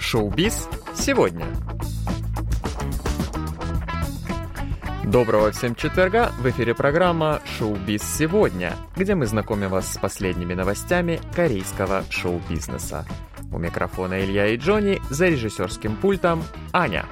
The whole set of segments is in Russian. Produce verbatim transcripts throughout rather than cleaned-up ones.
Шоу-биз сегодня. Доброго всем четверга! В эфире программа «Шоу-биз сегодня», где мы знакомим вас с последними новостями корейского шоу-бизнеса. У микрофона Илья и Джонни, за режиссерским пультом Аня.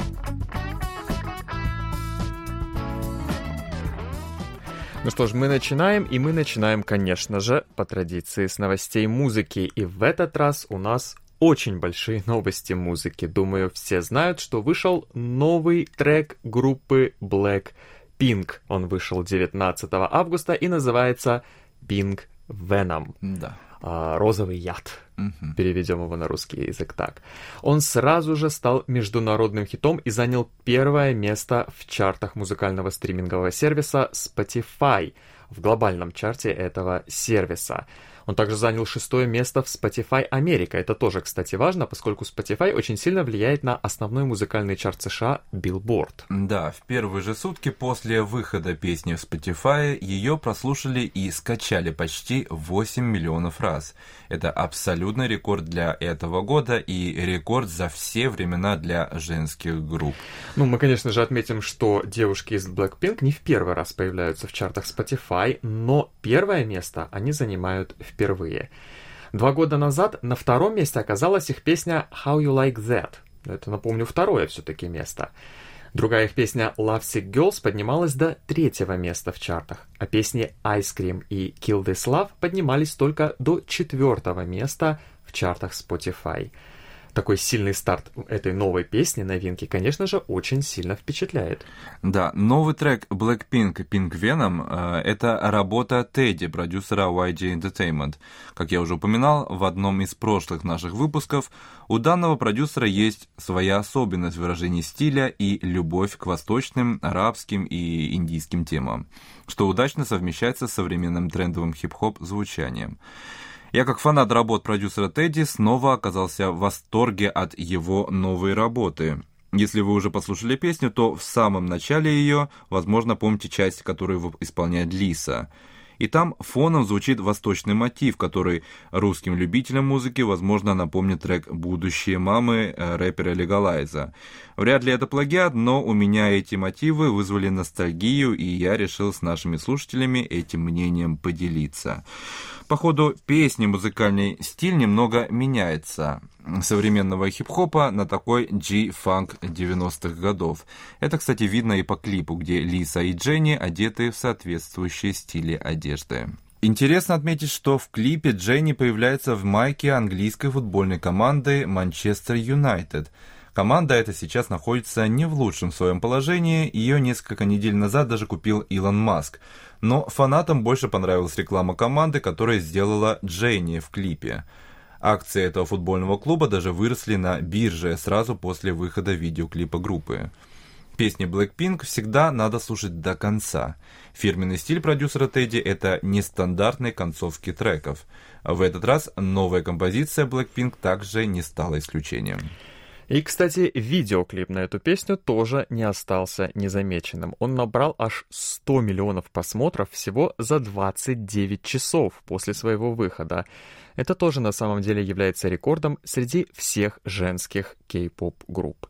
Ну что ж, мы начинаем, и мы начинаем, конечно же, по традиции с новостей музыки. И в этот раз у нас очень большие новости музыки. Думаю, все знают, что вышел новый трек группы Blackpink. Он вышел девятнадцатого августа и называется Pink Venom. Да. Розовый яд. Угу. Переведем его на русский язык так. Он сразу же стал международным хитом и занял первое место в чартах музыкального стримингового сервиса Spotify, в глобальном чарте этого сервиса. Он также занял шестое место в Spotify Америка. Это тоже, кстати, важно, поскольку Spotify очень сильно влияет на основной музыкальный чарт США Billboard. Да, в первые же сутки после выхода песни в Spotify ее прослушали и скачали почти восемь миллионов раз. Это абсолютный рекорд для этого года и рекорд за все времена для женских групп. Ну, мы, конечно же, отметим, что девушки из Blackpink не в первый раз появляются в чартах Spotify, но первое место они занимают впервые. Два года назад на втором месте оказалась их песня «How You Like That». Это, напомню, второе все-таки место. Другая их песня «Lovesick Girls» поднималась до третьего места в чартах, а песни «Ice Cream» и «Kill This Love» поднимались только до четвертого места в чартах Spotify. Такой сильный старт этой новой песни, новинки, конечно же, очень сильно впечатляет. Да, новый трек Blackpink Pink Venom э, — это работа Teddy, продюсера уай джи Entertainment. Как я уже упоминал в одном из прошлых наших выпусков, у данного продюсера есть своя особенность в выражении стиля и любовь к восточным, арабским и индийским темам, что удачно совмещается с современным трендовым хип-хоп звучанием. Я, как фанат работ продюсера Teddy, снова оказался в восторге от его новой работы. Если вы уже послушали песню, то в самом начале ее, возможно, помните часть, которую исполняет Лиса. И там фоном звучит восточный мотив, который русским любителям музыки, возможно, напомнит трек «Будущие мамы» рэпера Легалайза. Вряд ли это плагиат, но у меня эти мотивы вызвали ностальгию, и я решил с нашими слушателями этим мнением поделиться. По ходу песни музыкальный стиль немного меняется. Современного хип-хопа на такой G-фанк девяностых годов. Это, кстати, видно и по клипу, где Лиса и Дженни одеты в соответствующие стили одежды. Интересно отметить, что в клипе Дженни появляется в майке английской футбольной команды Манчестер Юнайтед. Команда эта сейчас находится не в лучшем своем положении, ее несколько недель назад даже купил Илон Маск. Но фанатам больше понравилась реклама команды, которая сделала Дженни в клипе. Акции этого футбольного клуба даже выросли на бирже сразу после выхода видеоклипа группы. Песни Blackpink всегда надо слушать до конца. Фирменный стиль продюсера Teddy — это нестандартные концовки треков. В этот раз новая композиция Blackpink также не стала исключением. И, кстати, видеоклип на эту песню тоже не остался незамеченным. Он набрал аж сто миллионов просмотров всего за двадцать девять часов после своего выхода. Это тоже на самом деле является рекордом среди всех женских кей-поп групп.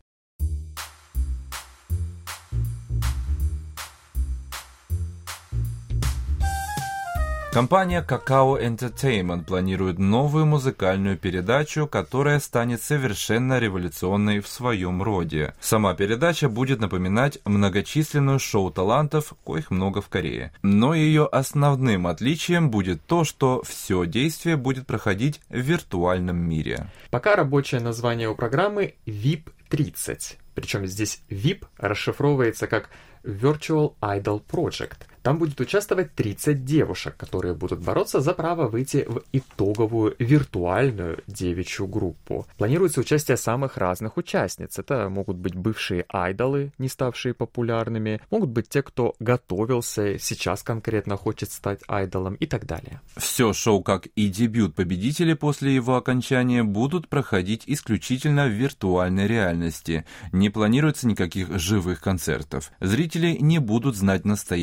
Компания Kakao Entertainment планирует новую музыкальную передачу, которая станет совершенно революционной в своем роде. Сама передача будет напоминать многочисленную шоу талантов, коих много в Корее. Но ее основным отличием будет то, что все действие будет проходить в виртуальном мире. Пока рабочее название у программы ви ай пи тридцать. Причем здесь ви ай пи расшифровывается как Virtual Idol Project. Там будет участвовать тридцать девушек, которые будут бороться за право выйти в итоговую виртуальную девичью группу. Планируется участие самых разных участниц. Это могут быть бывшие айдолы, не ставшие популярными, могут быть те, кто готовился, сейчас конкретно хочет стать айдолом и так далее. Все шоу, как и дебют победителей после его окончания, будут проходить исключительно в виртуальной реальности. Не планируется никаких живых концертов. Зрители не будут знать настоящих лиц,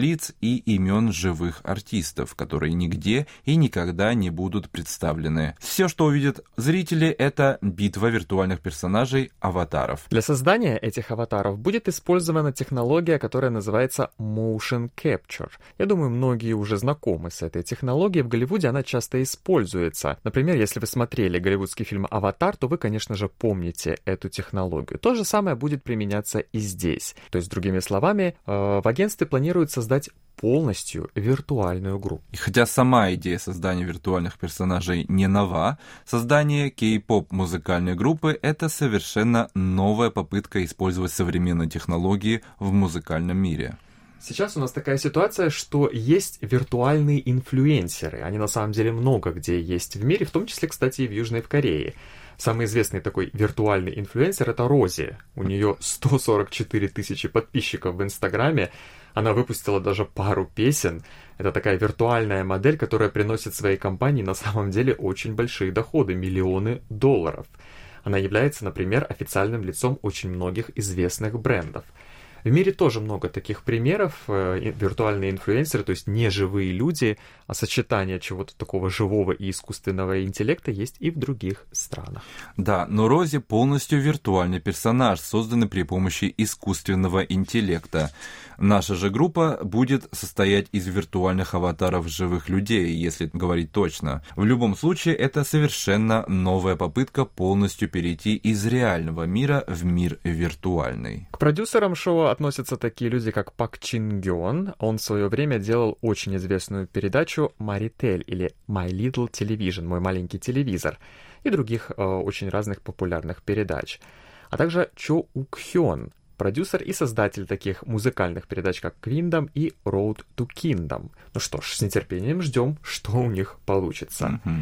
лиц и имен живых артистов, которые нигде и никогда не будут представлены. Все, что увидят зрители, это битва виртуальных персонажей аватаров. Для создания этих аватаров будет использована технология, которая называется Motion Capture. Я думаю, многие уже знакомы с этой технологией. В Голливуде она часто используется. Например, если вы смотрели голливудский фильм «Аватар», то вы, конечно же, помните эту технологию. То же самое будет применяться и здесь. То есть, другими словами, в агентстве планируют создать полностью виртуальную группу. И хотя сама идея создания виртуальных персонажей не нова, создание кей-поп музыкальной группы — это совершенно новая попытка использовать современные технологии в музыкальном мире. Сейчас у нас такая ситуация, что есть виртуальные инфлюенсеры. Они на самом деле много где есть в мире, в том числе, кстати, и в Южной Корее. Самый известный такой виртуальный инфлюенсер — это Рози. У нее сто сорок четыре тысячи подписчиков в Инстаграме. Она выпустила даже пару песен. Это такая виртуальная модель, которая приносит своей компании на самом деле очень большие доходы, миллионы долларов. Она является, например, официальным лицом очень многих известных брендов. В мире тоже много таких примеров. Виртуальные инфлюенсеры, то есть не живые люди, а сочетание чего-то такого живого и искусственного интеллекта есть и в других странах. Да, но Рози полностью виртуальный персонаж, созданный при помощи искусственного интеллекта. Наша же группа будет состоять из виртуальных аватаров живых людей, если говорить точно. В любом случае, это совершенно новая попытка полностью перейти из реального мира в мир виртуальный. К продюсерам шоу относятся такие люди, как Пак Чин Гён. Он в свое время делал очень известную передачу «Маритель» или «My Little Television», «Мой маленький телевизор», и других э, очень разных популярных передач. А также Чо Ук Хён, продюсер и создатель таких музыкальных передач, как Queendom и Road to Kingdom. Ну что ж, с нетерпением ждем, что у них получится. Mm-hmm.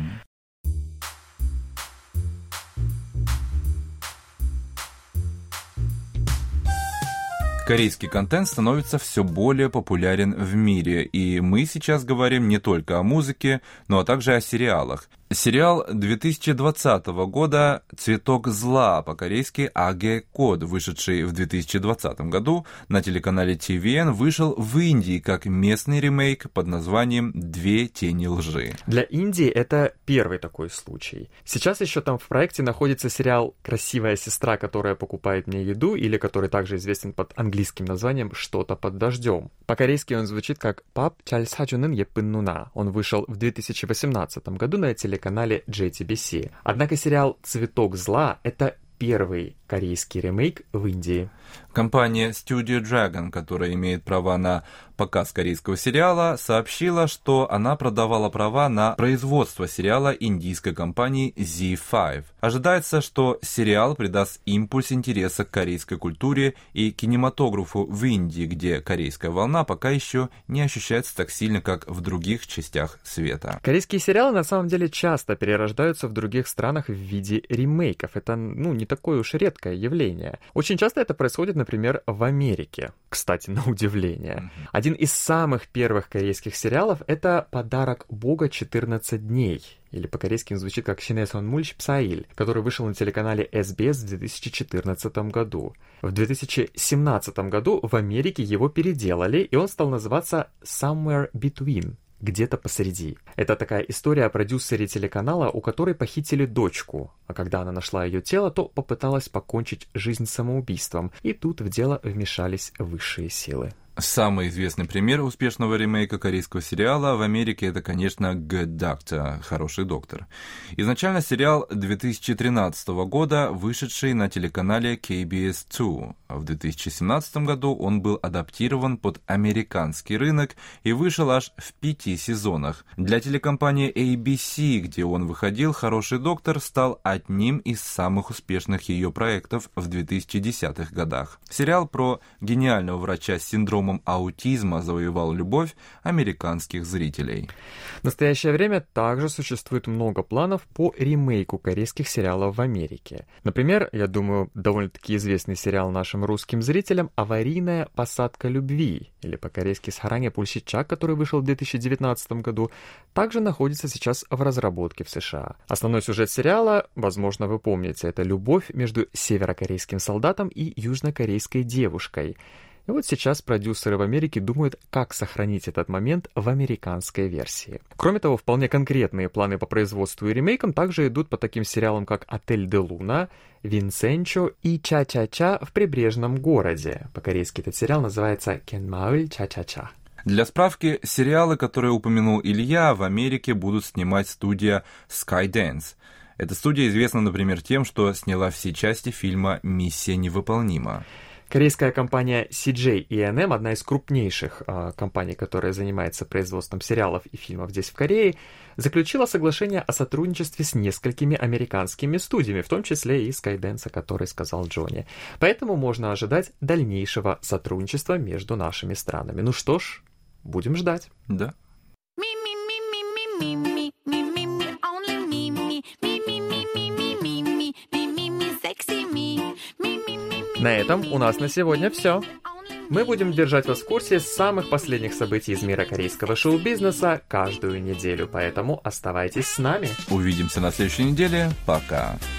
Корейский контент становится все более популярен в мире, и мы сейчас говорим не только о музыке, но а также о сериалах. Сериал две тысячи двадцатого года «Цветок зла», по-корейски «Аге Код», вышедший в две тысячи двадцатом году на телеканале ти ви эн, вышел в Индии как местный ремейк под названием «Две тени лжи». Для Индии это первый такой случай. Сейчас еще там в проекте находится сериал «Красивая сестра, которая покупает мне еду», или который также известен под английским названием «Что-то под дождем». По-корейски он звучит как «Пап чаль саджунын епын нуна». Он вышел в две тысячи восемнадцатом году на телеканале канале джей ти би си. Однако сериал «Цветок зла» — это первый корейский ремейк в Индии. Компания Studio Dragon, которая имеет права на показ корейского сериала, сообщила, что она продавала права на производство сериала индийской компании зет пять. Ожидается, что сериал придаст импульс интереса к корейской культуре и кинематографу в Индии, где корейская волна пока еще не ощущается так сильно, как в других частях света. Корейские сериалы на самом деле часто перерождаются в других странах в виде ремейков. Это, ну, не такое уж редкое явление. Очень часто это происходит, например, в Америке. Кстати, на удивление. Mm-hmm. Один из самых первых корейских сериалов — это «Подарок Бога четырнадцать дней». Или по-корейски он звучит как «Шинэсон Мульч Псаиль», который вышел на телеканале эс би эс в две тысячи четырнадцатом году. В две тысячи семнадцатом году в Америке его переделали, и он стал называться «Somewhere Between». Где-то посреди. Это такая история о продюсере телеканала, у которой похитили дочку, а когда она нашла ее тело, то попыталась покончить жизнь самоубийством, и тут в дело вмешались высшие силы. Самый известный пример успешного ремейка корейского сериала в Америке — это, конечно, Good Doctor, хороший доктор. Изначально сериал две тысячи тринадцатого года, вышедший на телеканале кей би эс два. В две тысячи семнадцатом году он был адаптирован под американский рынок и вышел аж в пяти сезонах. Для телекомпании эй би си, где он выходил, «Хороший доктор» стал одним из самых успешных ее проектов в две тысячи десятых годах. Сериал про гениального врача с синдромом аутизма завоевал любовь американских зрителей. В настоящее время также существует много планов по ремейку корейских сериалов в Америке. Например, я думаю, довольно-таки известный сериал нашим русским зрителям «Аварийная посадка любви», или по-корейски «Саранге Пульсичак», который вышел в две тысячи девятнадцатом году, также находится сейчас в разработке в США. Основной сюжет сериала, возможно, вы помните, это любовь между северокорейским солдатом и южнокорейской девушкой. И вот сейчас продюсеры в Америке думают, как сохранить этот момент в американской версии. Кроме того, вполне конкретные планы по производству и ремейкам также идут по таким сериалам, как «Отель де Луна», «Винсенчо» и «Ча-ча-ча в прибрежном городе». По-корейски этот сериал называется «Кенмауль Ча-ча-ча». Для справки, сериалы, которые упомянул Илья, в Америке будут снимать студия Skydance. Эта студия известна, например, тем, что сняла все части фильма «Миссия невыполнима». Корейская компания си джей и эн эм, одна из крупнейших э, компаний, которая занимается производством сериалов и фильмов здесь, в Корее, заключила соглашение о сотрудничестве с несколькими американскими студиями, в том числе и Skydance, о которой сказал Джонни. Поэтому можно ожидать дальнейшего сотрудничества между нашими странами. Ну что ж, будем ждать. Да. На этом у нас на сегодня все. Мы будем держать вас в курсе самых последних событий из мира корейского шоу-бизнеса каждую неделю, поэтому оставайтесь с нами. Увидимся на следующей неделе. Пока.